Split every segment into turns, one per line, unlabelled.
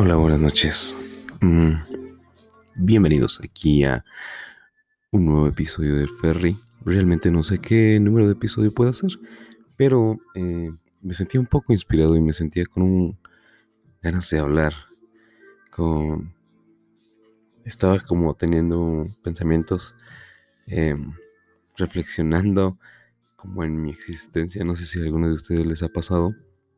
Hola, buenas noches. Mm, Bienvenidos aquí a un nuevo episodio del Ferry. Realmente no sé qué número de episodio puede ser, pero me sentía un poco inspirado y me sentía con ganas de hablar. Con, Estaba como teniendo pensamientos, reflexionando como en mi existencia. No sé si a alguno de ustedes les ha pasado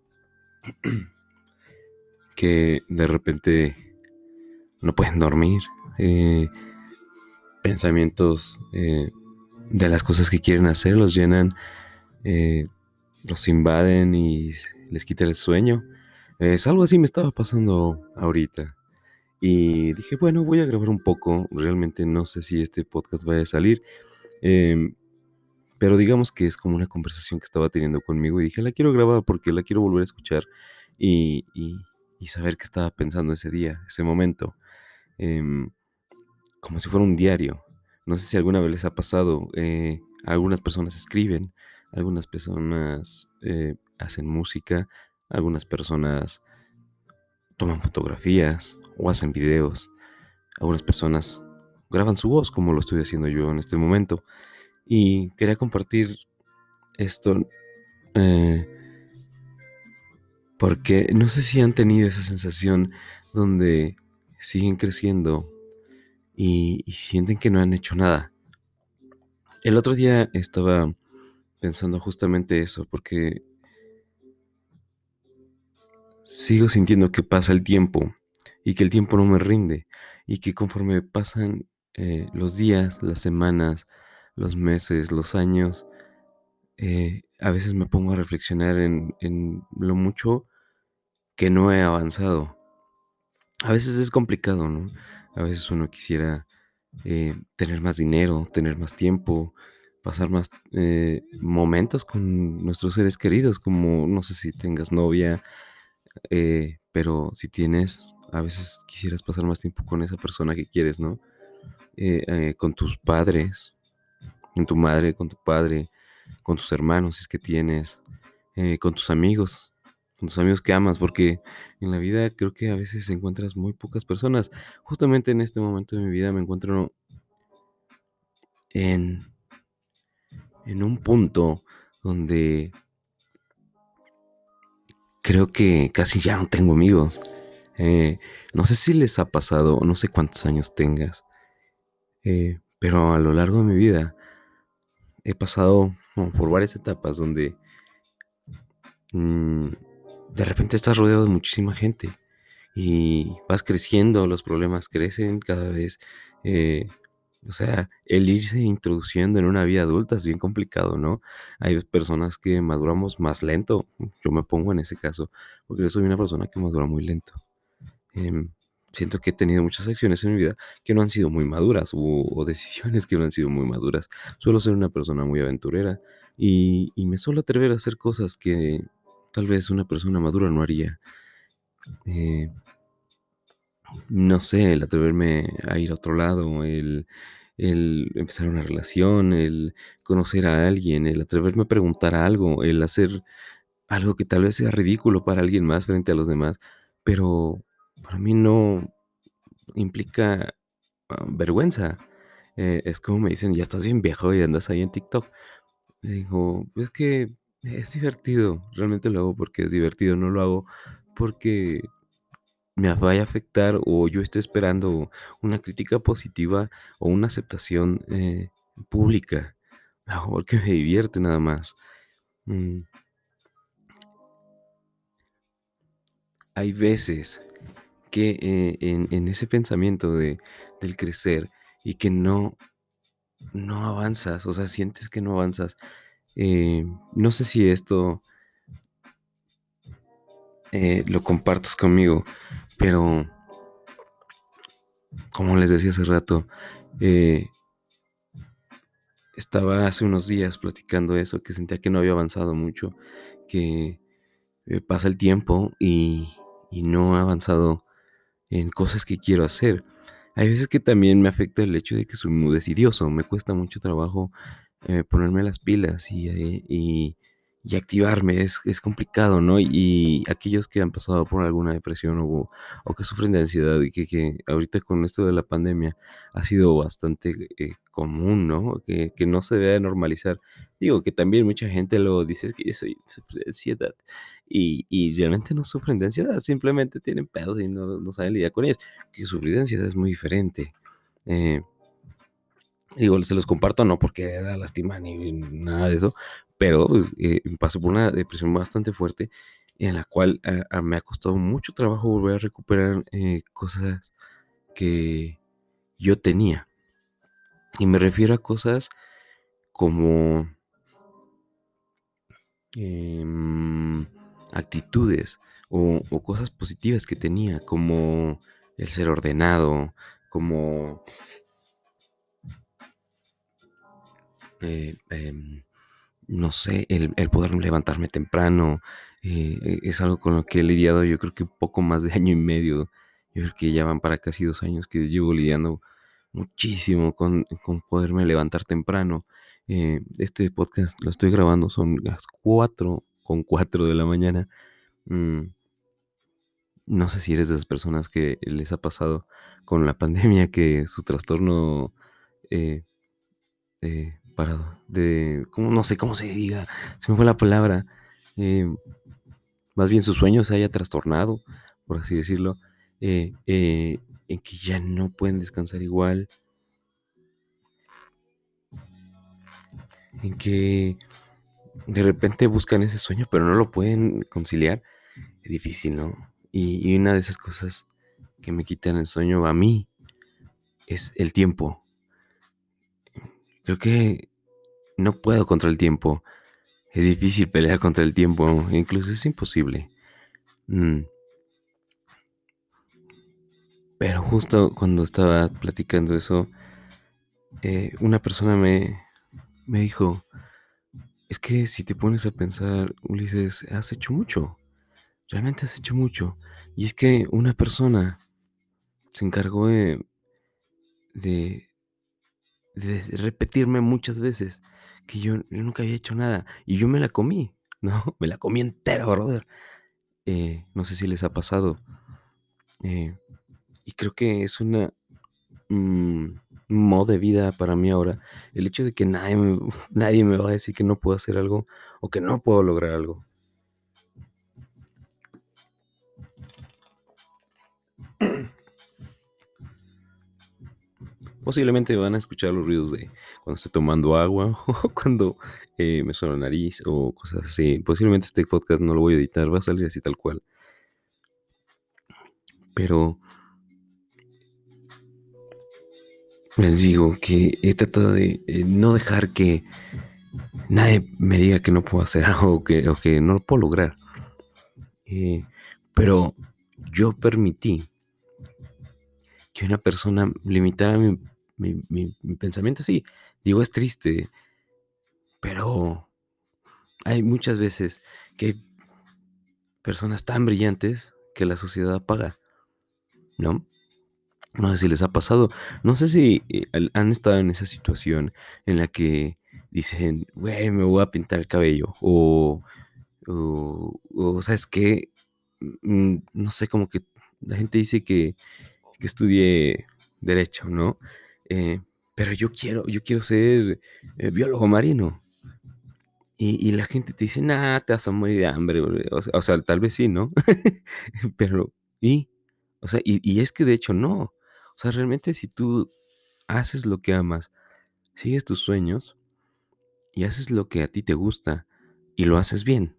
que de repente no pueden dormir. Pensamientos de las cosas que quieren hacer los llenan, eh, los invaden y les quita el sueño. Es algo así me estaba pasando ahorita. Y dije, bueno, voy a grabar un poco. Realmente no sé si este podcast vaya a salir. eh, pero digamos que es como una conversación que estaba teniendo conmigo y dije, la quiero grabar porque la quiero volver a escuchar y, y- y saber qué estaba pensando ese día, ese momento. Em, Como si fuera un diario. No sé si alguna vez les ha pasado. Algunas personas escriben, algunas personas hacen música, algunas personas toman fotografías o hacen videos, algunas personas graban su voz como lo estoy haciendo yo en este momento. Y quería compartir esto eh, porque no sé si han tenido esa sensación donde siguen creciendo y sienten que no han hecho nada. El otro día estaba pensando justamente eso, porque sigo sintiendo que pasa el tiempo y que el tiempo no me rinde y que conforme pasan los días, las semanas, los meses, los años, a veces me pongo a reflexionar en lo mucho que no he avanzado. A veces es complicado, ¿no? A veces uno quisiera tener más dinero, tener más tiempo, pasar más momentos con nuestros seres queridos, como no sé si tengas novia, pero si tienes, a veces quisieras pasar más tiempo con esa persona que quieres, ¿no? Con tus padres, con tu madre, con tu padre, con tus hermanos, si es que tienes, con tus amigos que amas, porque en la vida creo que a veces encuentras muy pocas personas. Justamente en este momento de mi vida me encuentro en, en un punto donde creo que casi ya no tengo amigos. Eh, no sé si les ha pasado, no sé cuántos años tengas, pero a lo largo de mi vida he pasado como por varias etapas donde mm, de repente estás rodeado de muchísima gente y vas creciendo, los problemas crecen cada vez. eh, o sea, el irse introduciendo en una vida adulta es bien complicado, ¿no? Hay personas que maduramos más lento, yo me pongo en ese caso, porque yo soy una persona que madura muy lento. Em, Siento que he tenido muchas acciones en mi vida que no han sido muy maduras o decisiones que no han sido muy maduras. Suelo ser una persona muy aventurera y me suelo atrever a hacer cosas que tal vez una persona madura no haría. Eh, no sé, el atreverme a ir a otro lado, el empezar una relación, el conocer a alguien, el atreverme a preguntar algo, el hacer algo que tal vez sea ridículo para alguien más frente a los demás, pero para mí no implica vergüenza. Es como me dicen, ya estás bien viejo y andas ahí en TikTok. Le digo, es que es divertido, realmente lo hago porque es divertido, no lo hago porque me vaya a afectar o yo esté esperando una crítica positiva o una aceptación pública. Lo hago porque me divierte nada más. Mm, Hay veces que en ese pensamiento del crecer y que no avanzas, o sea, sientes que no avanzas. No sé si esto lo compartas conmigo, pero como les decía hace rato, eh, estaba hace unos días platicando eso, que sentía que no había avanzado mucho, que pasa el tiempo y no he avanzado en cosas que quiero hacer. Hay veces que también me afecta el hecho de que soy muy decidioso, me cuesta mucho trabajo ponerme las pilas y activarme. Es complicado, ¿no? Y aquellos que han pasado por alguna depresión o que sufren de ansiedad y que ahorita con esto de la pandemia ha sido bastante común, ¿no? Que no se debe normalizar. Digo que también mucha gente lo dice, es que yo sufro de ansiedad. Y realmente no sufren de ansiedad, simplemente tienen pedos y no saben lidiar con ellos. Que sufrir de ansiedad es muy diferente. Eh, Digo, se los comparto no porque era lástima ni nada de eso, pero, pasé por una depresión bastante fuerte en la cual, me ha costado mucho trabajo volver a recuperar, cosas que yo tenía. Y me refiero a cosas como, em, actitudes o cosas positivas que tenía, como el ser ordenado, como, em no sé, el poder levantarme temprano, es algo con lo que he lidiado, yo creo que un poco más de año y medio. Yo creo que ya van para casi 2 años que llevo lidiando muchísimo con poderme levantar temprano. Este podcast lo estoy grabando, son las 4:04 de la mañana. Mm, no sé si eres de esas personas que les ha pasado con la pandemia que su trastorno, eh ¿cómo? No sé cómo se diga, se me fue la palabra, em, más bien su sueño se haya trastornado, por así decirlo, en que ya no pueden descansar igual, en que de repente buscan ese sueño, pero no lo pueden conciliar, es difícil, ¿no? Y una de esas cosas que me quitan el sueño a mí es el tiempo. Creo que no puedo contra el tiempo, es difícil pelear contra el tiempo, incluso es imposible. Mm. Pero justo cuando estaba platicando eso, una persona me dijo, es que si te pones a pensar, Ulises, has hecho mucho, realmente has hecho mucho. Y es que una persona se encargó de, de repetirme muchas veces que yo nunca había hecho nada. Y yo me la comí, ¿no? Me la comí entera, brother. No sé si les ha pasado. eh, y creo que es mm, un modo de vida para mí ahora, el hecho de que nadie me va a decir que no puedo hacer algo o que no puedo lograr algo. Posiblemente van a escuchar los ruidos de cuando estoy tomando agua o cuando me suena la nariz o cosas así. Posiblemente este podcast no lo voy a editar, va a salir así tal cual. Pero les digo que he tratado de no dejar que nadie me diga que no puedo hacer algo o que no lo puedo lograr. Eh, pero yo permití que una persona limitara mi pensamiento. Sí, digo, es triste, pero hay muchas veces que hay personas tan brillantes que la sociedad apaga, ¿no? No sé si les ha pasado, no sé si han estado en esa situación en la que dicen, güey, me voy a pintar el cabello, o ¿sabes qué? No sé, como que la gente dice que estudie derecho, ¿no? Eh, pero yo quiero ser biólogo marino. Y la gente te dice, nah, te vas a morir de hambre, güey". O sea, tal vez sí, ¿no? Pero, ¿y? O sea, y es que de hecho no. O sea, realmente si tú haces lo que amas, sigues tus sueños y haces lo que a ti te gusta y lo haces bien,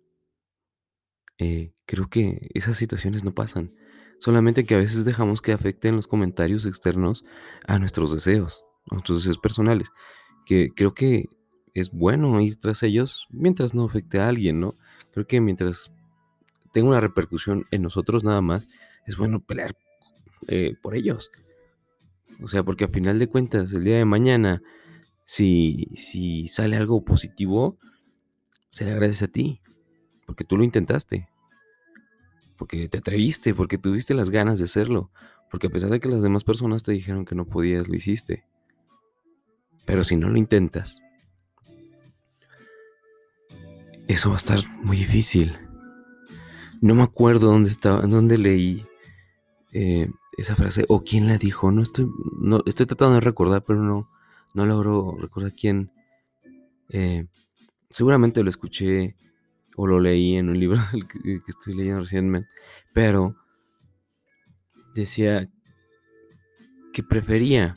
creo que esas situaciones no pasan. Solamente que a veces dejamos que afecten los comentarios externos a nuestros deseos personales, que creo que es bueno ir tras ellos mientras no afecte a alguien, ¿no? Creo que mientras tenga una repercusión en nosotros nada más, es bueno pelear por ellos. O sea, porque a final de cuentas, el día de mañana, si sale algo positivo, será gracias a ti, porque tú lo intentaste. Porque te atreviste, porque tuviste las ganas de hacerlo, porque a pesar de que las demás personas te dijeron que no podías, lo hiciste. Pero si no lo intentas, eso va a estar muy difícil. No me acuerdo dónde estaba, dónde leí esa frase o quién la dijo. No estoy tratando de recordar, pero no logro recordar quién. Eh, Seguramente lo escuché o lo leí en un libro que estoy leyendo recientemente, pero decía que prefería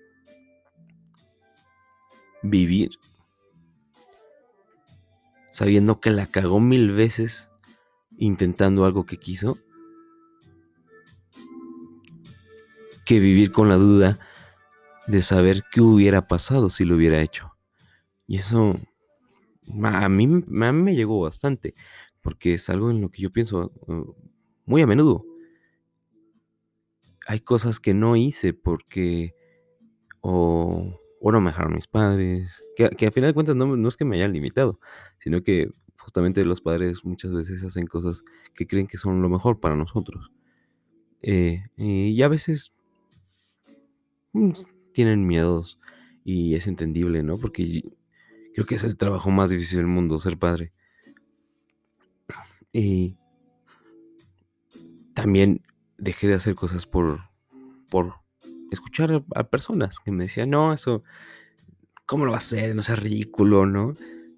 vivir sabiendo que la cagó 1000 veces intentando algo que quiso, que vivir con la duda de saber qué hubiera pasado si lo hubiera hecho. Y eso a mí me llegó bastante, porque es algo en lo que yo pienso muy a menudo. Hay cosas que no hice porque o no me dejaron mis padres, que a final de cuentas no es que me hayan limitado, sino que justamente los padres muchas veces hacen cosas que creen que son lo mejor para nosotros. Y a veces mm, tienen miedos y es entendible, ¿no? Porque creo que es el trabajo más difícil del mundo, ser padre. Y también dejé de hacer cosas por escuchar a personas que me decían, no, eso, ¿cómo lo vas a hacer? No sea ridículo, ¿no?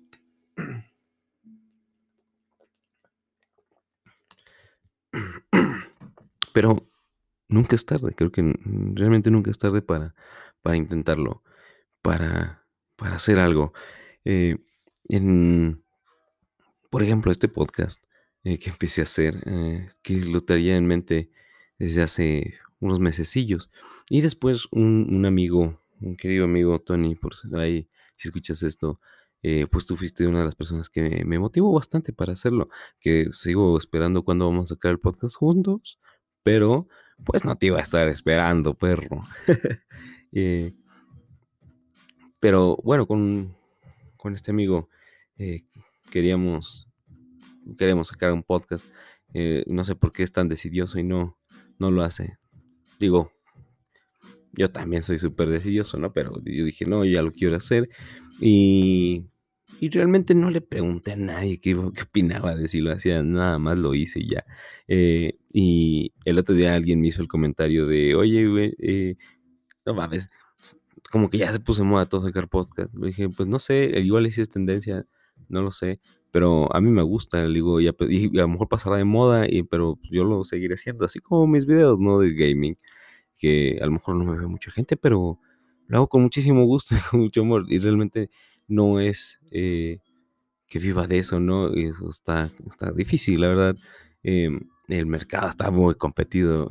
Pero nunca es tarde, creo que realmente nunca es tarde para intentarlo, para, para hacer algo. Eh, en, por ejemplo, este podcast que empecé a hacer, que lo traía en mente desde hace unos mesecillos. Y después un amigo, un querido amigo Tony, por ahí, si escuchas esto, pues tú fuiste una de las personas que me motivó bastante para hacerlo, que sigo esperando cuando vamos a sacar el podcast juntos, pero pues no te iba a estar esperando, perro. Eh, pero bueno, con este amigo eh, queríamos queremos sacar un podcast. No sé por qué es tan decidioso y no lo hace. Digo, yo también soy súper decidioso, ¿no? Pero yo dije, no, yo ya lo quiero hacer. Y, y realmente no le pregunté a nadie qué opinaba de si lo hacía, nada más lo hice y ya. Y el otro día alguien me hizo el comentario de, oye, güey, no mames, como que ya se puso en moda todo sacar podcast. Le dije, pues no sé, igual si es tendencia, no lo sé, pero a mí me gusta, le digo, y a lo mejor pasará de moda, pero pues, yo lo seguiré haciendo, así como mis videos, ¿no? De gaming, que a lo mejor no me ve mucha gente, pero lo hago con muchísimo gusto, con mucho amor, y realmente no es que viva de eso, ¿no? Y eso está difícil, la verdad. El mercado está muy competido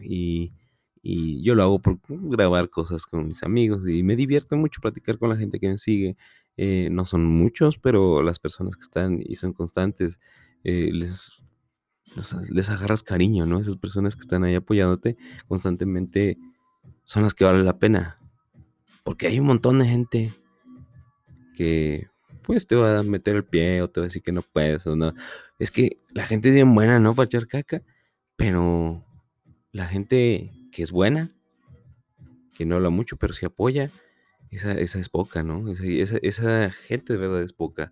y yo lo hago por grabar cosas con mis amigos y me divierte mucho platicar con la gente que me sigue. No son muchos, pero las personas que están y son constantes, eh, les, les agarras cariño, ¿no? Esas personas que están ahí apoyándote constantemente son las que valen la pena. Porque hay un montón de gente que pues te va a meter el pie o te va a decir que no puedes o no. Es que la gente es bien buena, ¿no? Para echar caca, pero la gente que es buena, que no habla mucho, pero sí apoya, esa es poca, ¿no? Esa gente de verdad es poca.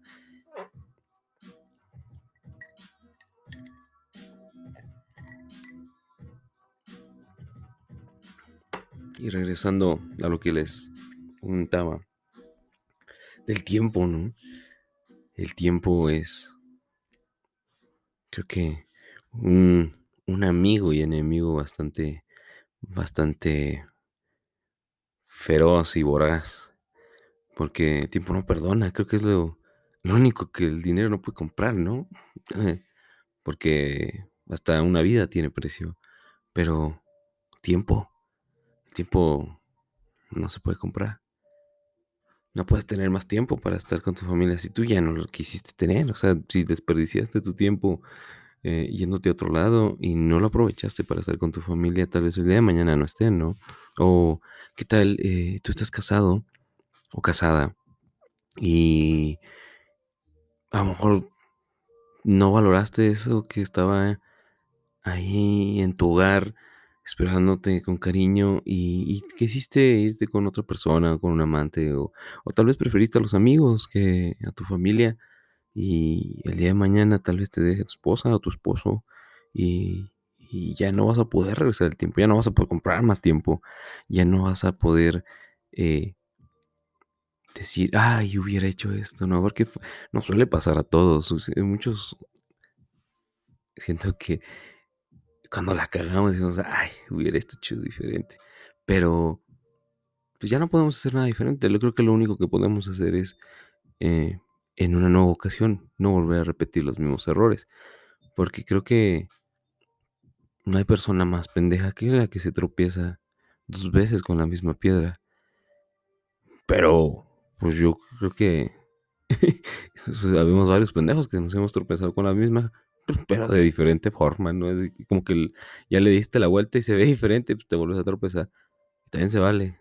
Y regresando a lo que les comentaba, del tiempo, ¿no? El tiempo es, creo que, un amigo y enemigo bastante feroz y voraz. Porque el tiempo no perdona, creo que es lo único que el dinero no puede comprar, ¿no? Porque hasta una vida tiene precio, pero tiempo, el tiempo no se puede comprar. No puedes tener más tiempo para estar con tu familia si tú ya no lo quisiste tener, o sea, si desperdiciaste tu tiempo yéndote a otro lado y no lo aprovechaste para estar con tu familia, tal vez el día de mañana no estén, ¿no? O qué tal, tú estás casado o casada y a lo mejor no valoraste eso que estaba ahí en tu hogar, esperándote con cariño y quisiste irte con otra persona, con un amante o tal vez preferiste a los amigos que a tu familia y el día de mañana tal vez te deje tu esposa o tu esposo y ya no vas a poder regresar el tiempo, ya no vas a poder comprar más tiempo, ya no vas a poder eh, decir, ay, hubiera hecho esto, ¿no? Porque nos suele pasar a todos. Muchos siento que cuando la cagamos decimos, ay, hubiera esto hecho diferente. Pero pues ya no podemos hacer nada diferente. Yo creo que lo único que podemos hacer es eh, en una nueva ocasión no volver a repetir los mismos errores. Porque creo que no hay persona más pendeja que la que se tropieza 2 veces con la misma piedra. Pero, pues, yo creo que habemos varios pendejos que nos hemos tropezado con la misma, pues, pero de diferente forma, ¿no? Es de que como que ya le diste la vuelta y se ve diferente, pues, te vuelves a tropezar. Y también se vale.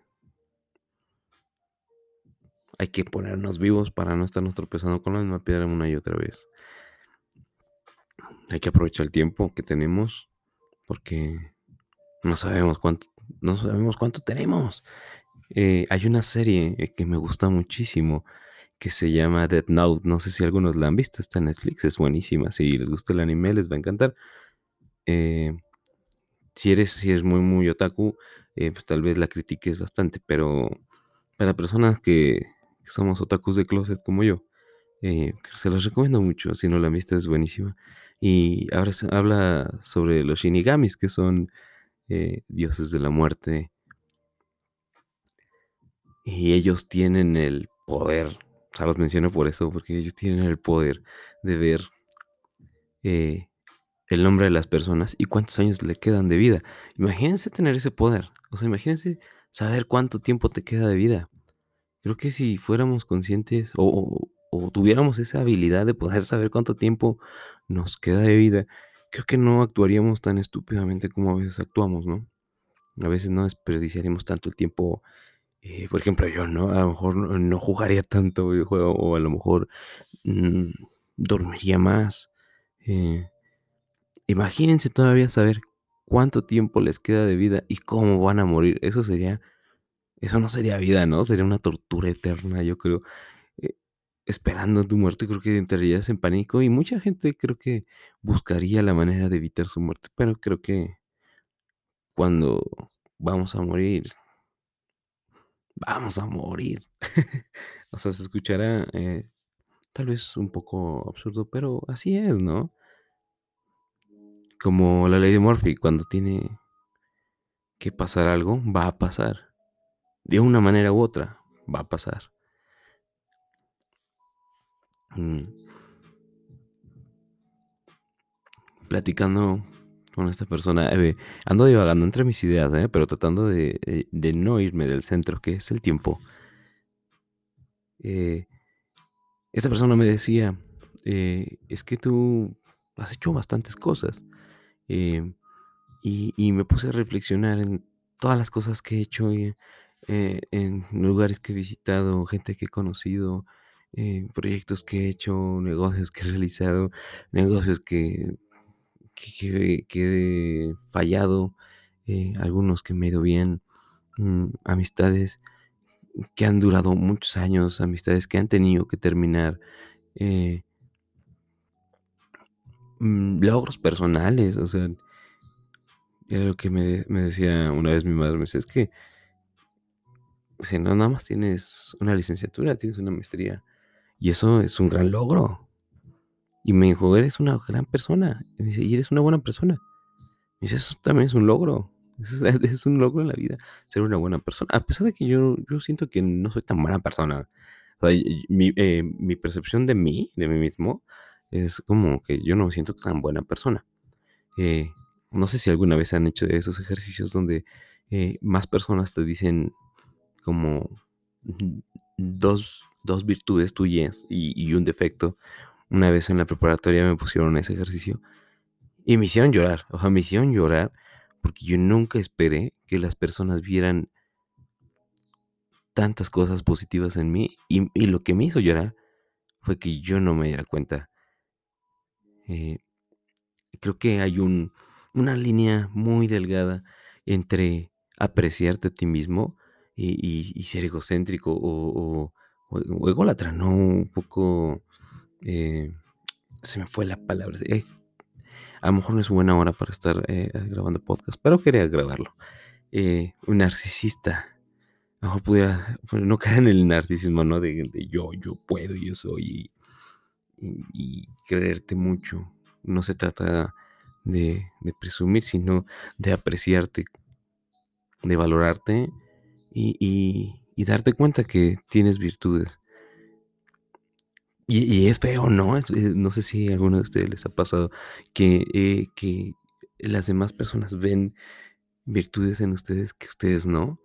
Hay que ponernos vivos para no estarnos tropezando con la misma piedra una y otra vez. Hay que aprovechar el tiempo que tenemos porque no sabemos cuánto no sabemos cuánto tenemos. Hay una serie, que me gusta muchísimo, que se llama Death Note. No sé si algunos la han visto, está en Netflix, es buenísima. Si les gusta el anime, les va a encantar. Eh, si eres muy, muy otaku, pues tal vez la critiques bastante, pero para personas que somos otakus de closet como yo, se los recomiendo mucho. Si no la han visto, es buenísima. Y ahora se habla sobre los Shinigamis, que son dioses de la muerte, y ellos tienen el poder, o sea, los menciono por eso, porque ellos tienen el poder de ver eh, el nombre de las personas y cuántos años le quedan de vida. Imagínense tener ese poder, o sea, imagínense saber cuánto tiempo te queda de vida. Creo que si fuéramos conscientes o tuviéramos esa habilidad de poder saber cuánto tiempo nos queda de vida, creo que no actuaríamos tan estúpidamente como a veces actuamos, ¿no? A veces no desperdiciaríamos tanto el tiempo. Por ejemplo, yo, ¿no? A lo mejor no jugaría tanto videojuego o a lo mejor, mm, dormiría más. Eh, Imagínense todavía saber cuánto tiempo les queda de vida y cómo van a morir. Eso no sería vida, ¿no? Sería una tortura eterna, yo creo. Eh, Esperando tu muerte, creo que entrarías en pánico y mucha gente creo que buscaría la manera de evitar su muerte, pero creo que cuando vamos a morir, vamos a morir. O sea, se escuchará, tal vez un poco absurdo, pero así es, ¿no? Como la ley de Murphy, cuando tiene que pasar algo, va a pasar. De una manera u otra, va a pasar. Mm, Platicando con esta persona, ando divagando entre mis ideas, pero tratando de no irme del centro, que es el tiempo. Eh, Esta persona me decía, es que tú has hecho bastantes cosas. eh, y me puse a reflexionar en todas las cosas que he hecho, en lugares que he visitado, gente que he conocido, proyectos que he hecho, negocios que he realizado, negocios que he fallado, algunos que me he ido bien, amistades que han durado muchos años, amistades que han tenido que terminar, eh, logros personales, o sea, era lo que me decía una vez mi madre, me decía: "Es que si no nada más tienes una licenciatura, tienes una maestría, y eso es un gran logro". Y me dijo: "Eres una gran persona". Y me dice: "Y eres una buena persona". Y dice: "Eso también es un logro". Eso es es un logro en la vida, ser una buena persona. A pesar de que yo siento que no soy tan buena persona. O sea, mi percepción de mí mismo, es como que yo no me siento tan buena persona. Eh, no sé si alguna vez han hecho esos ejercicios donde, más personas te dicen como mm, dos virtudes tuyas y un defecto. Una vez en la preparatoria me pusieron ese ejercicio y me hicieron llorar, o sea, me hicieron llorar porque yo nunca esperé que las personas vieran tantas cosas positivas en mí y lo que me hizo llorar fue que yo no me diera cuenta. Eh, Creo que hay una línea muy delgada entre apreciarte a ti mismo y ser egocéntrico o ególatra, ¿no? Un poco. Se me fue la palabra. A lo mejor no es buena hora para estar grabando podcast, pero quería grabarlo. Un narcisista. A lo mejor pudiera, bueno, no caer en el narcisismo, ¿no? De yo puedo, yo soy, y creerte mucho. No se trata de presumir, sino de apreciarte, de valorarte y darte cuenta que tienes virtudes. Y es feo, ¿no? No sé si a alguno de ustedes les ha pasado que las demás personas ven virtudes en ustedes que ustedes no.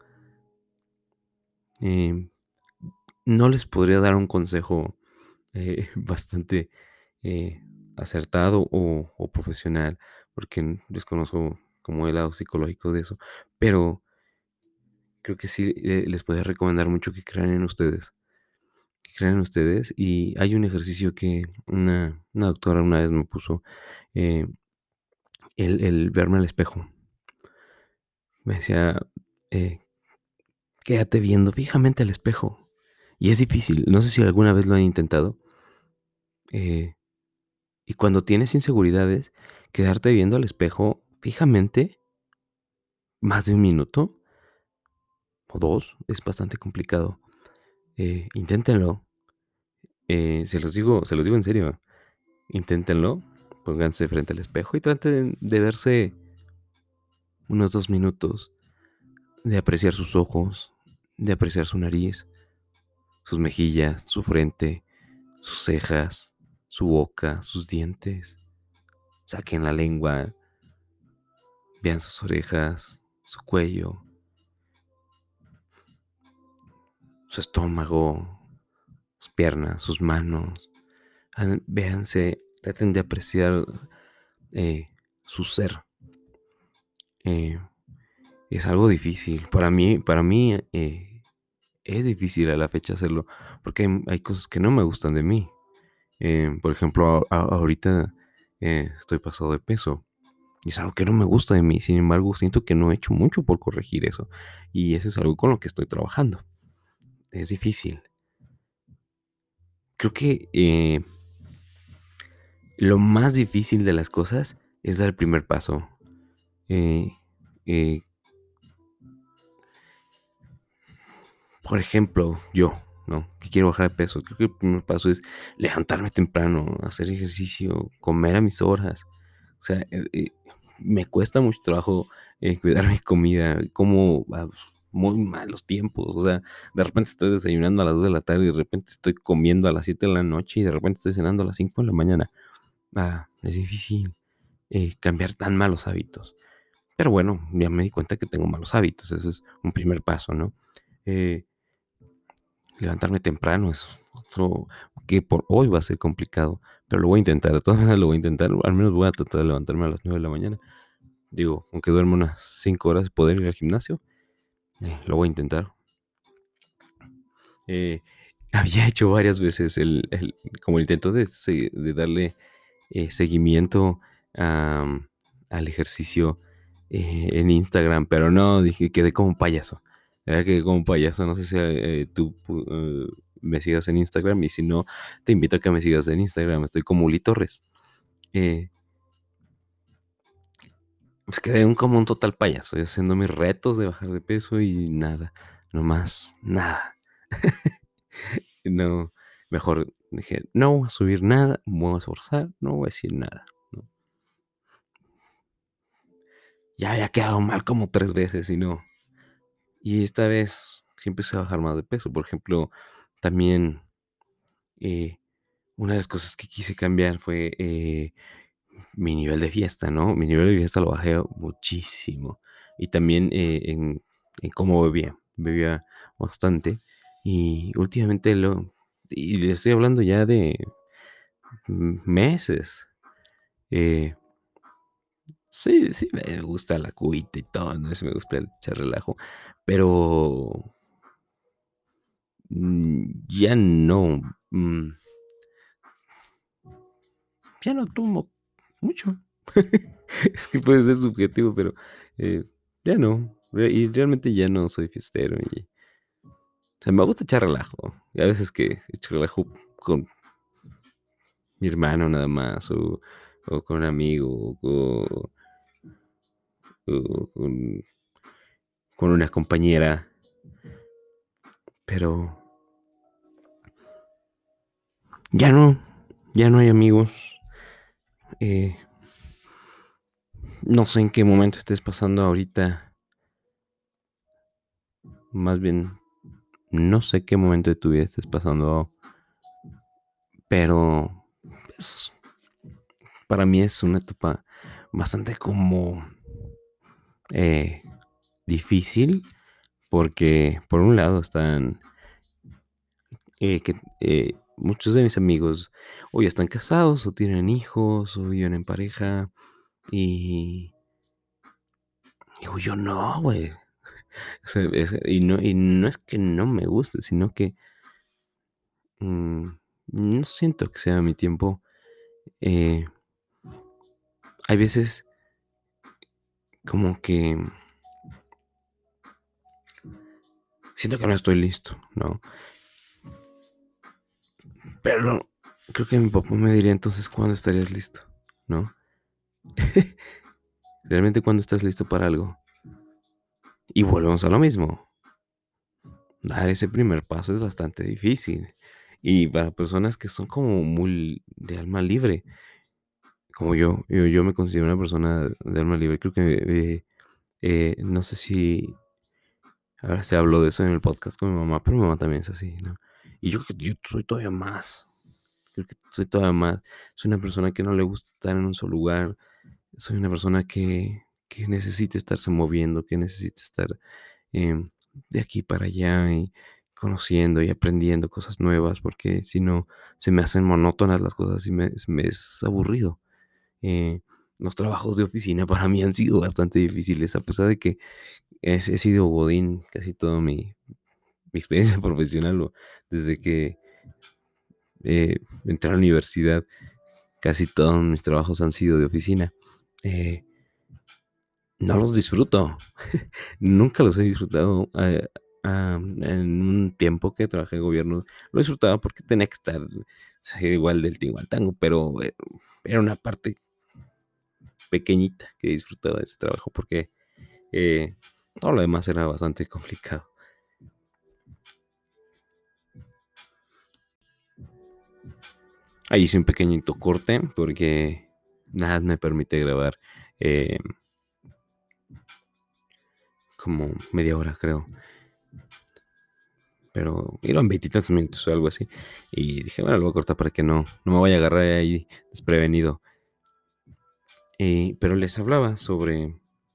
Em, no les podría dar un consejo bastante eh, acertado o profesional, porque desconozco como el lado psicológico de eso, pero creo que sí les podría recomendar mucho que crean en ustedes. Y hay un ejercicio que una doctora una vez me puso, eh, el verme al espejo. Me decía, eh, quédate viendo fijamente al espejo. Y es difícil, no sé si alguna vez lo han intentado. eh, y cuando tienes inseguridades, quedarte viendo al espejo fijamente más de un minuto o dos es bastante complicado. Inténtenlo. Se los digo en serio. Inténtenlo. Pónganse frente al espejo y traten de verse unos 2 minutos, de apreciar sus ojos, de apreciar su nariz, sus mejillas, su frente, sus cejas, su boca, sus dientes. Saquen la lengua, vean sus orejas, su cuello, su estómago, sus piernas, sus manos. Véanse, traten de apreciar eh, su ser. Eh, es algo difícil. Para mí es difícil a la fecha hacerlo, porque hay cosas que no me gustan de mí. Por ejemplo, ahorita estoy pasado de peso. Y es algo que no me gusta de mí. Sin embargo, siento que no he hecho mucho por corregir eso. Y eso es algo con lo que estoy trabajando. Es difícil. Creo que lo más difícil de las cosas es dar el primer paso. Eh, eh, por ejemplo, yo, ¿no? Que quiero bajar de peso. Creo que el primer paso es levantarme temprano, hacer ejercicio, comer a mis horas. O sea, me cuesta mucho trabajo cuidar mi comida, como muy malos tiempos. O sea, de repente estoy desayunando a las 2 de la tarde y de repente estoy comiendo a las 7 de la noche y de repente estoy cenando a las 5 de la mañana. Es difícil cambiar tan malos hábitos. Pero bueno, ya me di cuenta que tengo malos hábitos. Ese es un primer paso, ¿no? Eh, levantarme temprano es otro que por hoy va a ser complicado, pero lo voy a intentar. De todas maneras lo voy a intentar. Al menos voy a tratar de levantarme a las 9 de la mañana. Digo, aunque duermo unas 5 horas, poder ir al gimnasio, lo voy a intentar. Eh, había hecho varias veces como el intento de darle seguimiento al ejercicio en Instagram, pero no, dije, quedé como un payaso. Era que como un payaso, no sé si tú me sigas en Instagram, y si no, te invito a que me sigas en Instagram. Estoy como Uli Torres. Eh, pues quedé como un total payaso, haciendo mis retos de bajar de peso y nada, nomás nada. No, mejor dije, no voy a subir nada, me voy a esforzar, no voy a decir nada, ¿no? Ya había quedado mal como 3 veces y no. Y esta vez sí empecé a bajar más de peso. Por ejemplo, también eh, una de las cosas que quise cambiar fue mi nivel de fiesta, ¿no? Mi nivel de fiesta lo bajé muchísimo. Y también en cómo bebía. Bebía bastante. Y últimamente y le estoy hablando ya de meses. Eh, sí, sí me gusta la cubita y todo, ¿no? Sí me gusta el echar relajo. Pero ya no. mm, ya no tomo mucho. Es que puede ser subjetivo, pero eh, ya no. Y realmente ya no soy fiestero. O sea, me gusta echar relajo. Y a veces que echo relajo con mi hermano nada más, o con un amigo, o con una compañera, pero ya no, ya no hay amigos. Eh, no sé en qué momento estés pasando ahorita, más bien, no sé qué momento de tu vida estés pasando, pero pues, para mí es una etapa bastante como eh, difícil, porque por un lado están muchos de mis amigos o ya están casados o tienen hijos o viven en pareja y digo yo no, güey. O sea, y no es que no me guste, sino que mm, no siento que sea mi tiempo. Eh, hay veces como que siento que no estoy listo, ¿no? Pero creo que mi papá me diría entonces cuándo estarías listo, ¿no? Realmente cuándo estás listo para algo. Y volvemos a lo mismo. Dar ese primer paso es bastante difícil. Y para personas que son como muy de alma libre, como yo me considero una persona de alma libre. Creo que no sé si ahora se habló de eso en el podcast con mi mamá, pero mi mamá también es así, ¿no? Y yo soy todavía más. Creo que soy todavía más. Soy una persona que no le gusta estar en un solo lugar. Soy una persona que necesita estarse moviendo, que necesita estar em, de aquí para allá y conociendo y aprendiendo cosas nuevas, porque si no, se me hacen monótonas las cosas y me es aburrido. Eh, los trabajos de oficina para mí han sido bastante difíciles, a pesar de que he sido godín casi toda mi experiencia profesional, desde que entré a la universidad, casi todos mis trabajos han sido de oficina. Eh, no los disfruto. Nunca los he disfrutado. En un tiempo que trabajé en gobierno, lo disfrutaba porque tenía que estar igual del tingo al tango, pero era una parte pequeñita que disfrutaba de ese trabajo porque eh, todo lo demás era bastante complicado. Ahí hice un pequeñito corte porque nada me permite grabar eh, como media hora, creo. Pero iban veintitantos minutos o algo así. Y dije, bueno, lo voy a cortar para que no me vaya a agarrar ahí desprevenido. Pero les hablaba sobre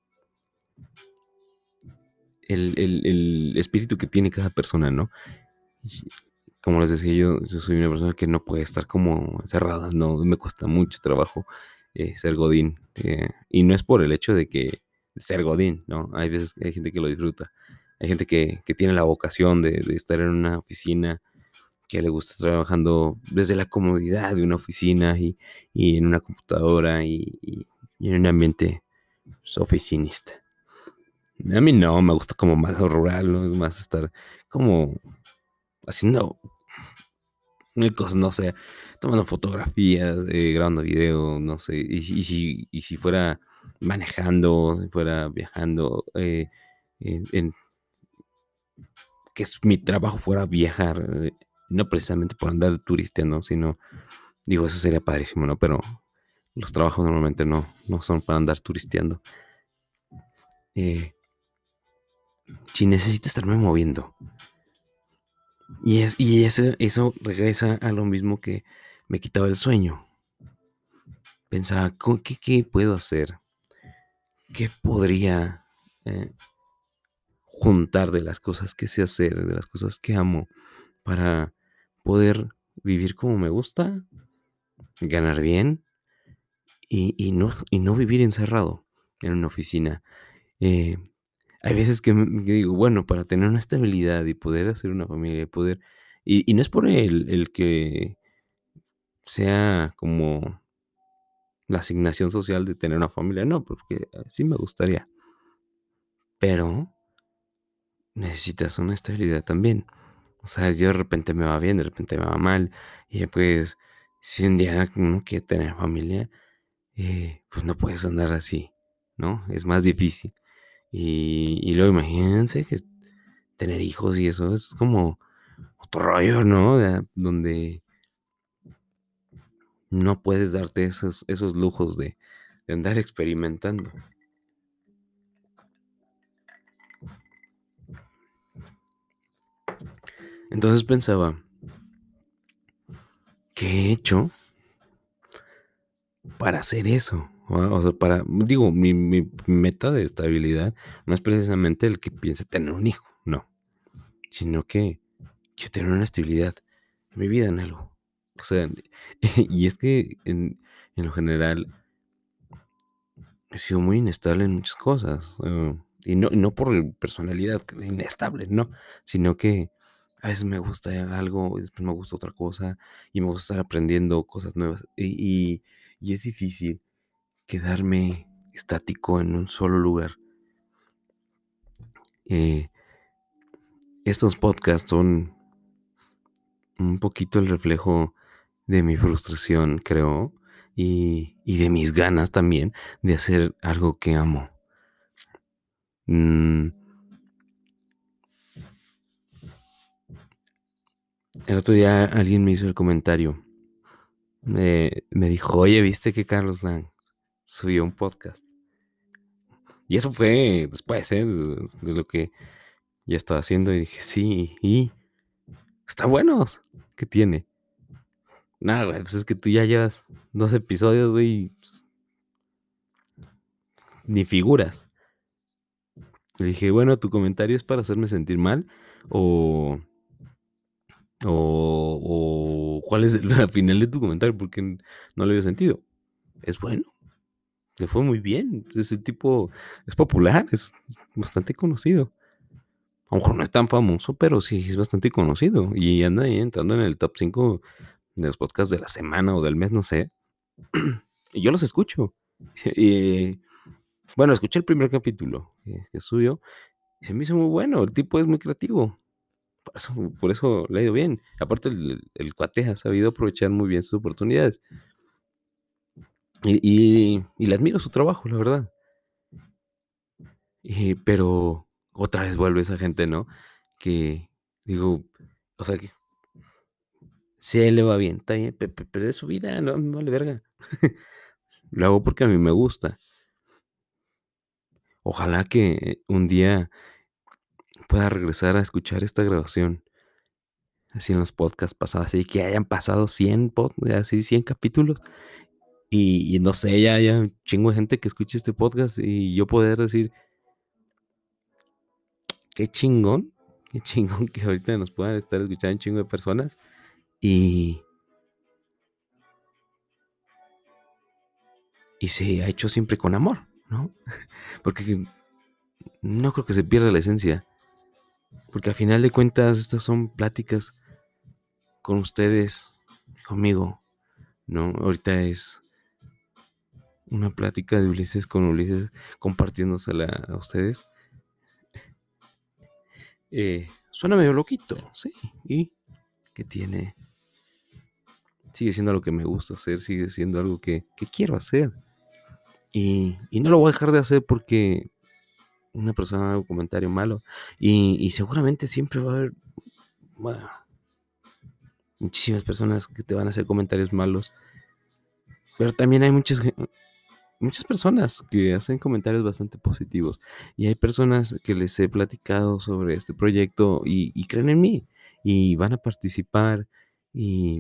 el espíritu que tiene cada persona, ¿no? Y como les decía yo soy una persona que no puede estar como cerrada, no me cuesta mucho trabajo ser Godín. Y no es por el hecho de que ser Godín, ¿no? Hay veces hay gente que lo disfruta. Hay gente que tiene la vocación de estar en una oficina, que le gusta estar trabajando desde la comodidad de una oficina y en una computadora y en un ambiente pues, oficinista. A mí no, me gusta como más lo rural, ¿no? Más estar como haciendo cosas, no sé, tomando fotografías, grabando video, no sé, y si fuera manejando, si fuera viajando, en que mi trabajo fuera viajar, no precisamente por andar turisteando, sino, digo, eso sería padrísimo, ¿no? Pero los trabajos normalmente no son para andar turisteando. Eh, si necesito estarme moviendo, y eso regresa a lo mismo que me quitaba el sueño. Pensaba, ¿qué puedo hacer? ¿Qué podría eh, juntar de las cosas que sé hacer, de las cosas que amo, para poder vivir como me gusta, ganar bien y no vivir encerrado en una oficina? Eh, hay veces que digo, bueno, para tener una estabilidad y poder hacer una familia, y no es por el que sea como la asignación social de tener una familia, no, porque sí me gustaría, pero necesitas una estabilidad también. O sea, yo de repente me va bien, de repente me va mal, y pues Si un día uno quiere tener familia, pues no puedes andar así, ¿no? Es más difícil. Y luego imagínense que tener hijos y eso es como otro rollo, ¿no? Donde no puedes darte esos lujos de andar experimentando. Entonces pensaba, ¿qué he hecho para hacer eso? O sea, digo, mi meta de estabilidad no es precisamente el que piense tener un hijo, no, sino que quiero tener una estabilidad en mi vida en algo. O sea, y es que en lo general he sido muy inestable en muchas cosas. Y no por personalidad inestable, no, sino que a veces me gusta algo, y después me gusta otra cosa, y me gusta estar aprendiendo cosas nuevas. Y es difícil quedarme estático en un solo lugar. Eh, Estos podcasts son un poquito el reflejo de mi frustración, creo, y de mis ganas también de hacer algo que amo. Mm, el otro día alguien me hizo el comentario. Me dijo, oye, ¿viste que Carlos Lang subió un podcast? Y eso fue después, de lo que ya estaba haciendo. Y dije, sí, y está bueno. ¿Qué tiene? Nada, güey, pues es que tú ya llevas 2 episodios, güey, y ni figuras. Le dije, bueno, tu comentario es para hacerme sentir mal o, o cuál es la final de tu comentario porque no le dio sentido. Es bueno, le fue muy bien. Ese tipo es popular, es bastante conocido. A lo mejor no es tan famoso, pero sí es bastante conocido y anda ahí entrando en el top 5 de los podcasts de la semana o del mes, no sé. Y yo los escucho. Y bueno, escuché el primer capítulo que subió y se me hizo muy bueno. El tipo es muy creativo. Por eso le ha ido bien. Aparte, el cuate ha sabido aprovechar muy bien sus oportunidades. Y le admiro su trabajo, la verdad. Pero otra vez vuelve esa gente, ¿no? Que digo, o sea, que si a él le va bien, está bien, pero es su vida, no me vale verga. Lo hago porque a mí me gusta. Ojalá que un día pueda regresar a escuchar esta grabación, así en los podcasts pasados, así que hayan pasado 100 así 100 capítulos. Y no sé, ya un chingo de gente que escuche este podcast y yo poder decir, qué chingón, qué chingón que ahorita nos puedan estar escuchando un chingo de personas. Y, y se ha hecho siempre con amor, ¿no? Porque no creo que se pierda la esencia. Porque al final de cuentas, estas son pláticas con ustedes, conmigo, ¿no? Ahorita es una plática de Ulises con Ulises compartiéndosela a ustedes. Suena medio loquito, sí. ¿Y qué tiene? Sigue siendo lo que me gusta hacer, sigue siendo algo que quiero hacer. Y no lo voy a dejar de hacer porque una persona haga un comentario malo. Y seguramente siempre va a haber, bueno, muchísimas personas que te van a hacer comentarios malos. Pero también hay muchas personas que hacen comentarios bastante positivos. Y hay personas que les he platicado sobre este proyecto y creen en mí. Y van a participar. Y,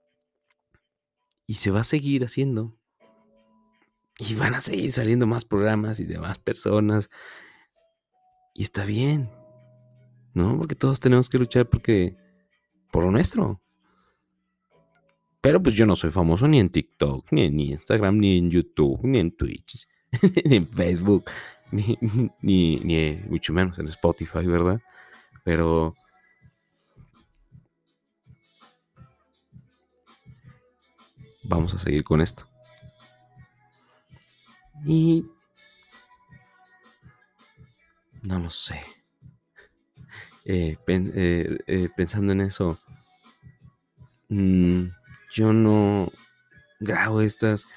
y se va a seguir haciendo. Y van a seguir saliendo más programas y de más personas. Y está bien, ¿no? Porque todos tenemos que luchar por lo nuestro. Pero pues yo no soy famoso ni en TikTok, ni en Instagram, ni en YouTube, ni en Twitch, ni en Facebook, ni mucho menos en Spotify, ¿verdad? Pero vamos a seguir con esto. Y no lo sé. Pensando en eso, yo no grabo estas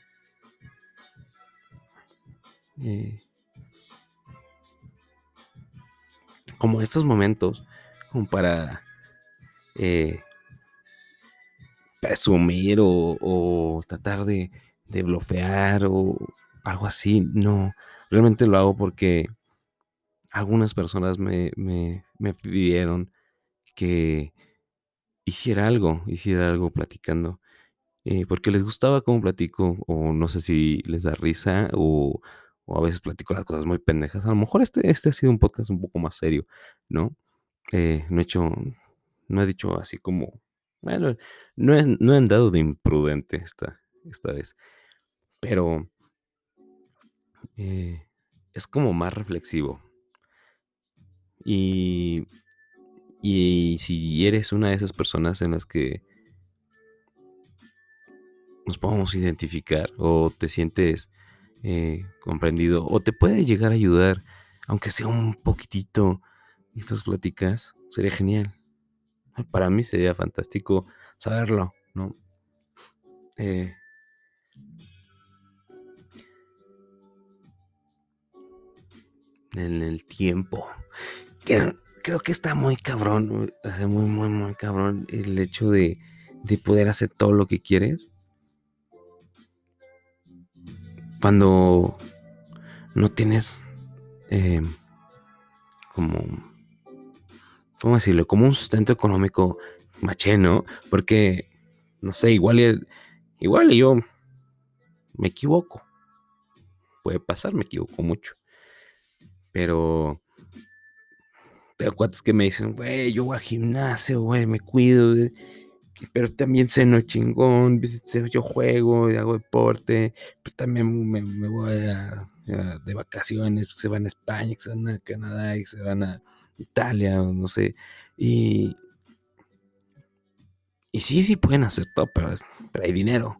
como estos momentos como para presumir o tratar de blofear o algo así. No, realmente lo hago porque algunas personas me pidieron que hiciera algo platicando, porque les gustaba cómo platico, o no sé si les da risa, o a veces platico las cosas muy pendejas. A lo mejor este ha sido un podcast un poco más serio, ¿no? No he hecho, no he dicho así como, bueno, no he andado de imprudente esta vez, pero eh, es como más reflexivo. Y, y si eres una de esas personas en las que nos podemos identificar o te sientes comprendido o te puede llegar a ayudar, aunque sea un poquitito, estas pláticas, sería genial. Para mí sería fantástico saberlo, ¿no? Eh, en el tiempo. Creo que está muy cabrón, muy, muy, muy cabrón el hecho de poder hacer todo lo que quieres cuando no tienes eh, como, ¿cómo decirlo? Como un sustento económico macheno, porque, no sé, igual yo me equivoco, puede pasar, me equivoco mucho, pero tengo cuates que me dicen, güey, yo voy al gimnasio, güey, me cuido, pero también ceno chingón, yo juego, hago deporte, pero también me voy de vacaciones, se van a España, se van a Canadá, y se van a Italia, o no sé, y, y sí pueden hacer todo, pero hay dinero.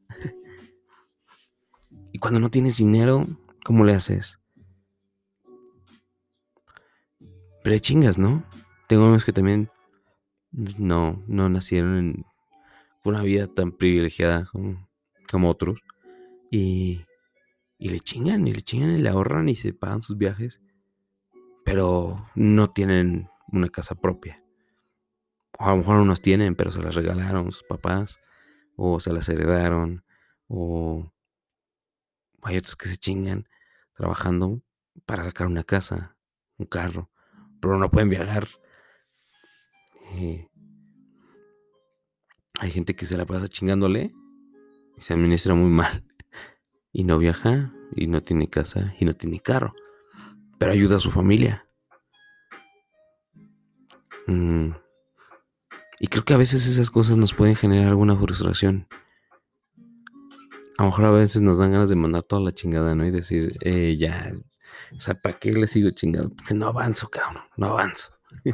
Y cuando no tienes dinero, ¿cómo le haces? Pero hay chingas, ¿no? Tengo unos que también no nacieron en una vida tan privilegiada como otros. Y, y le chingan y le ahorran y se pagan sus viajes, pero no tienen una casa propia. O a lo mejor unos tienen, pero se las regalaron sus papás, o se las heredaron, o hay otros que se chingan trabajando para sacar una casa, un carro, pero no pueden viajar. Eh, Hay gente que se la pasa chingándole y se administra muy mal y no viaja y no tiene casa y no tiene carro, pero ayuda a su familia. Mm, Y creo que a veces esas cosas nos pueden generar alguna frustración. A lo mejor a veces nos dan ganas de mandar toda la chingada, ¿no? Y decir, ya, o sea, ¿para qué le sigo chingando? Porque no avanzo, cabrón, no avanzo.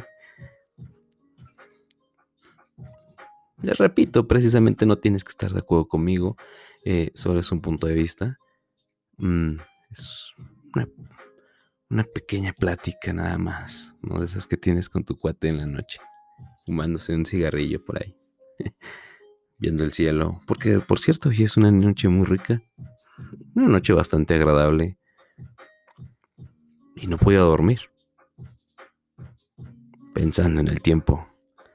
Les repito, precisamente no tienes que estar de acuerdo conmigo, solo es un punto de vista. Mm, es una, una pequeña plática nada más, ¿no? De esas que tienes con tu cuate en la noche, fumándose un cigarrillo por ahí, viendo el cielo. Porque, por cierto, hoy es una noche muy rica, una noche bastante agradable y no podía dormir, pensando en el tiempo.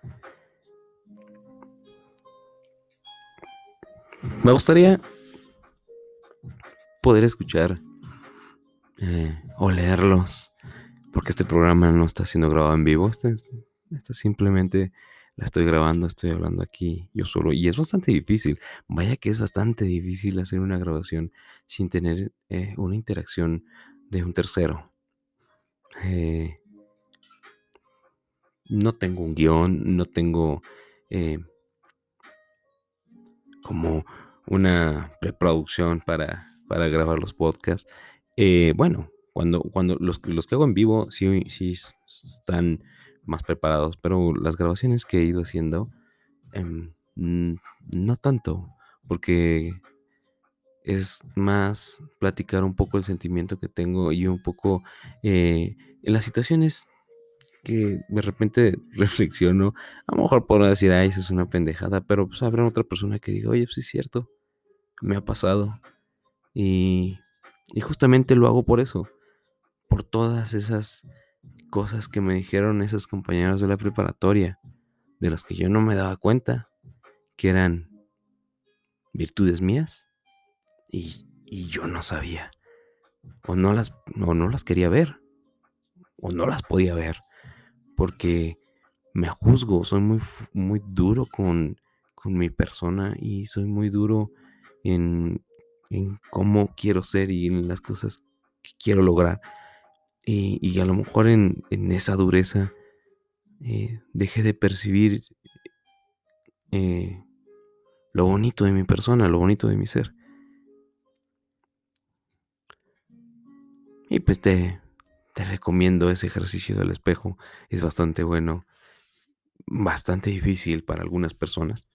Me gustaría poder escuchar o leerlos, porque este programa no está siendo grabado en vivo, este simplemente la estoy grabando, estoy hablando aquí yo solo y es bastante difícil. Vaya que es bastante difícil hacer una grabación sin tener una interacción de un tercero. Eh, no tengo un guión, no tengo eh, como una preproducción para grabar los podcasts. Bueno, cuando los que hago en vivo sí están más preparados, pero las grabaciones que he ido haciendo, no tanto, porque es más platicar un poco el sentimiento que tengo y un poco en las situaciones que de repente reflexiono, a lo mejor puedo decir, ay, eso es una pendejada, pero pues habrá otra persona que diga, oye, pues sí es cierto, me ha pasado. Y, y justamente lo hago por eso, por todas esas cosas que me dijeron esas compañeras de la preparatoria, de las que yo no me daba cuenta, que eran virtudes mías y yo no sabía, o no las quería ver, o no las podía ver, porque me juzgo, soy muy duro con mi persona y soy muy duro en, en cómo quiero ser y en las cosas que quiero lograr. Y a lo mejor en esa dureza dejé de percibir eh, lo bonito de mi persona, lo bonito de mi ser. Y pues te recomiendo ese ejercicio del espejo. Es bastante bueno, bastante difícil para algunas personas.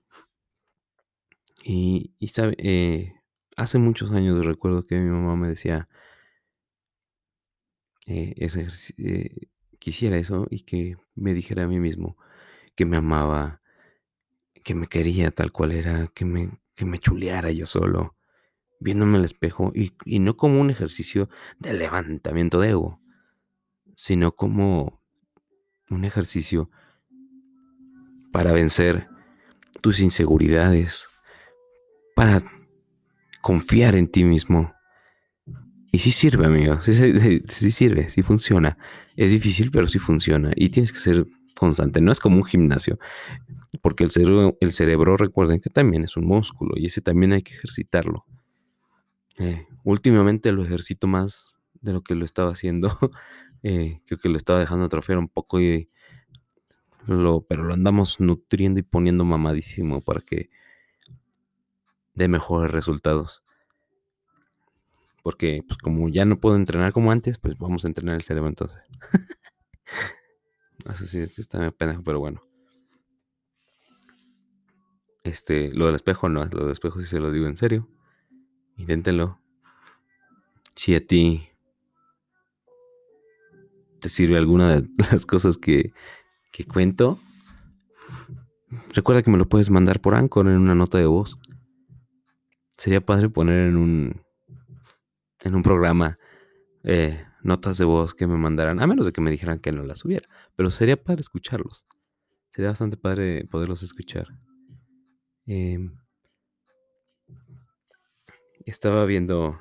Y sabe, hace muchos años recuerdo que mi mamá me decía que hiciera eso y que me dijera a mí mismo que me amaba, que me quería tal cual era, que me chuleara yo solo, viéndome al espejo y no como un ejercicio de levantamiento de ego, sino como un ejercicio para vencer tus inseguridades, para confiar en ti mismo. Y sí sirve, amigo, sí sirve, sí funciona. Es difícil, pero sí funciona. Y tienes que ser constante, no es como un gimnasio, porque el cerebro recuerden que también es un músculo y ese también hay que ejercitarlo. Últimamente lo ejercito más de lo que lo estaba haciendo. Creo que lo estaba dejando atrofiar un poco pero lo andamos nutriendo y poniendo mamadísimo para que dé mejores resultados. Porque pues como ya no puedo entrenar como antes, pues vamos a entrenar el cerebro entonces. Así sí, está medio pendejo, pero bueno. Lo del espejo no, lo del espejo sí se lo digo en serio. Inténtenlo. Si a ti te sirve alguna de las cosas que cuento, recuerda que me lo puedes mandar por Anchor en una nota de voz. Sería padre poner en un programa notas de voz que me mandaran, a menos de que me dijeran que no las hubiera. Pero sería padre escucharlos. Sería bastante padre poderlos escuchar. Eh, Estaba viendo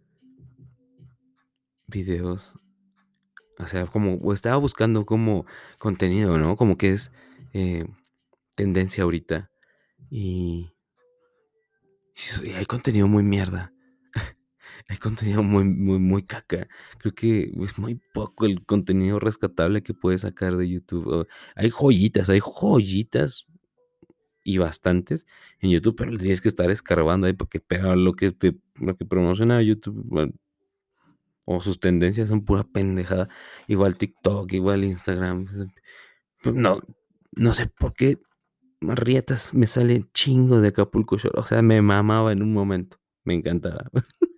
videos, o sea, o estaba buscando como contenido, ¿no? Como que es eh, tendencia ahorita. Y, y hay contenido muy mierda. Hay contenido muy caca. Creo que es muy poco el contenido rescatable que puedes sacar de YouTube. Hay joyitas y bastantes en YouTube, pero tienes que estar escarbando ahí porque pero lo que promociona YouTube bueno, o sus tendencias son pura pendejada. Igual TikTok, igual Instagram. No, no sé por qué Marrietas me sale chingo de Acapulco Shore. O sea, me mamaba en un momento. Me encantaba.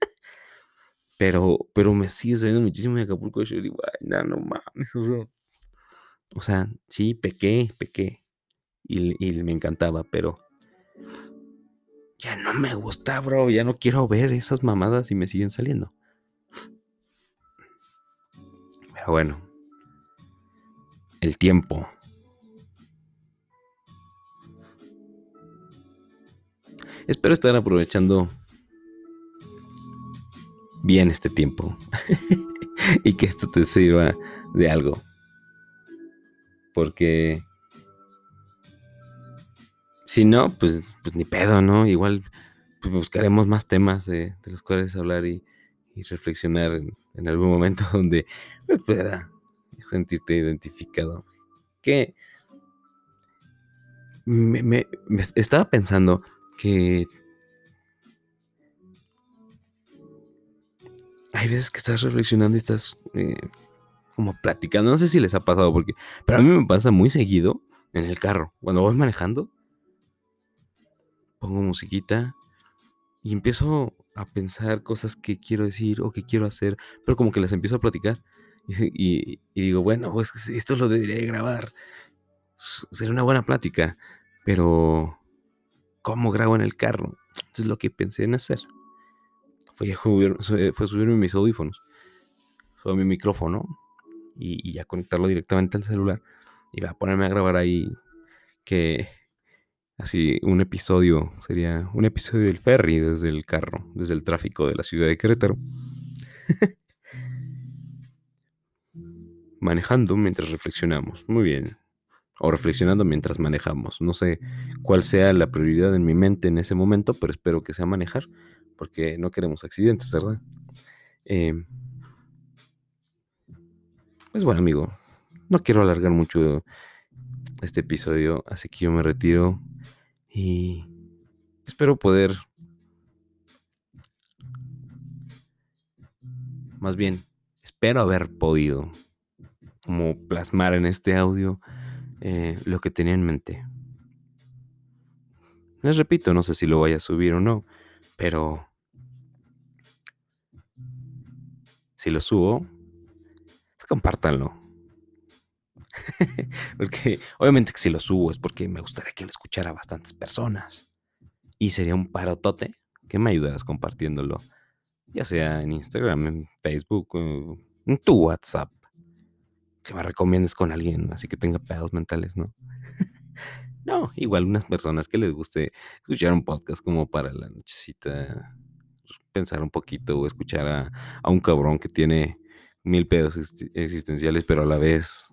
Pero me sigue saliendo muchísimo de Acapulco Shore. Y guay, no mames. O sea, sí, pequé. Y me encantaba, pero ya no me gusta, bro. Ya no quiero ver esas mamadas y me siguen saliendo. Pero bueno, el tiempo. Espero estar aprovechando bien este tiempo. Y que esto te sirva de algo. Porque si no, pues ni pedo, ¿no? Igual pues buscaremos más temas de los cuales hablar y reflexionar en algún momento donde pueda sentirte identificado. Que me estaba pensando que hay veces que estás reflexionando y estás como platicando. No sé si les ha pasado, pero a mí me pasa muy seguido en el carro. Cuando voy manejando, pongo musiquita y empiezo a pensar cosas que quiero decir o que quiero hacer, pero como que las empiezo a platicar Y digo, bueno, pues esto lo debería grabar. Sería una buena plática. Pero, ¿cómo grabo en el carro? Entonces lo que pensé en hacer fue subirme mis audífonos, subir mi micrófono y ya conectarlo directamente al celular. Y va a ponerme a grabar ahí que así un episodio, sería un episodio del ferry desde el carro, desde el tráfico de la ciudad de Querétaro. Manejando mientras reflexionamos. Muy bien. O reflexionando mientras manejamos. No sé cuál sea la prioridad en mi mente en ese momento, pero espero que sea manejar, porque no queremos accidentes, ¿verdad? Pues bueno, amigo, no quiero alargar mucho este episodio, así que yo me retiro y espero poder, más bien, espero haber podido como plasmar en este audio lo que tenía en mente. Les repito, no sé si lo vaya a subir o no, pero si lo subo, pues compártanlo. Porque obviamente que si lo subo es porque me gustaría que lo escuchara bastantes personas. Y sería un parotote que me ayudaras compartiéndolo, ya sea en Instagram, en Facebook, en tu WhatsApp, que me recomiendes con alguien así que tenga pedos mentales, ¿no? No, igual unas personas que les guste escuchar un podcast como para la nochecita, pensar un poquito o escuchar a un cabrón que tiene 1000 pedos existenciales, pero a la vez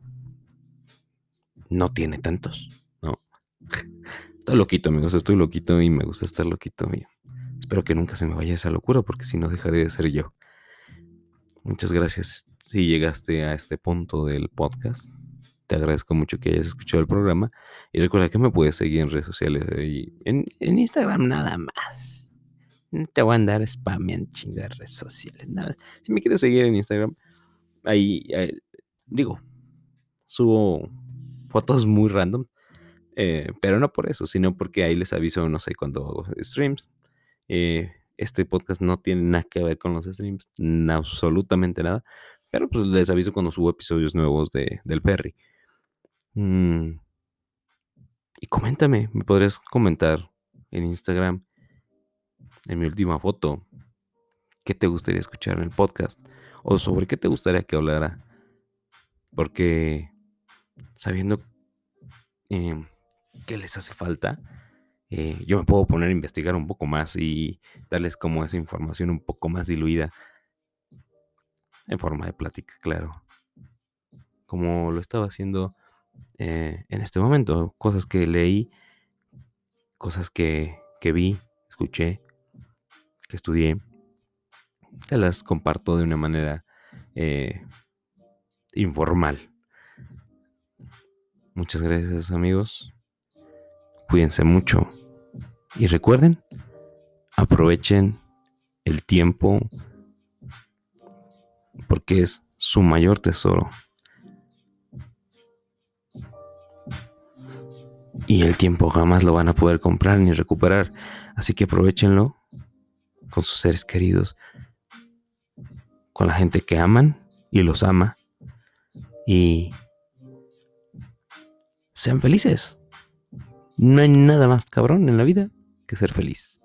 no tiene tantos, ¿no? Estoy loquito, amigos, estoy loquito y me gusta estar loquito. Y espero que nunca se me vaya esa locura porque si no dejaré de ser yo. Muchas gracias si llegaste a este punto del podcast. Te agradezco mucho que hayas escuchado el programa. Y recuerda que me puedes seguir en redes sociales. En Instagram nada más. No te voy a andar spameando chingas redes sociales. Nada más. Si me quieres seguir en Instagram, ahí digo, subo fotos muy random. Pero no por eso, sino porque ahí les aviso, no sé, cuando hago streams. Este podcast no tiene nada que ver con los streams, absolutamente nada. Pero pues les aviso cuando subo episodios nuevos del Ferry. Mm, y coméntame, me podrías comentar en Instagram, en mi última foto, qué te gustaría escuchar en el podcast o sobre qué te gustaría que hablara. Porque sabiendo eh, qué les hace falta, yo me puedo poner a investigar un poco más y darles como esa información un poco más diluida en forma de plática, claro. Como lo estaba haciendo en este momento. Cosas que leí, cosas que vi, escuché, que estudié. Te las comparto de una manera eh, informal. Muchas gracias, amigos. Cuídense mucho. Y recuerden, aprovechen el tiempo porque es su mayor tesoro. Y el tiempo jamás lo van a poder comprar ni recuperar. Así que aprovechenlo con sus seres queridos, con la gente que aman y los ama. Y sean felices. No hay nada más cabrón en la vida que ser feliz.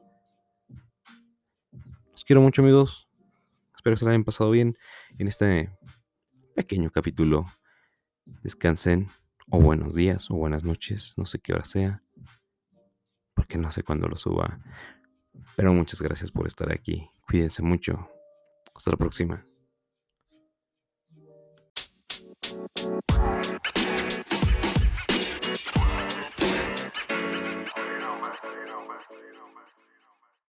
Los quiero mucho, amigos. Espero que se la hayan pasado bien en este pequeño capítulo. Descansen, o buenos días, o buenas noches, no sé qué hora sea, porque no sé cuándo lo suba. Pero muchas gracias por estar aquí. Cuídense mucho. Hasta la próxima.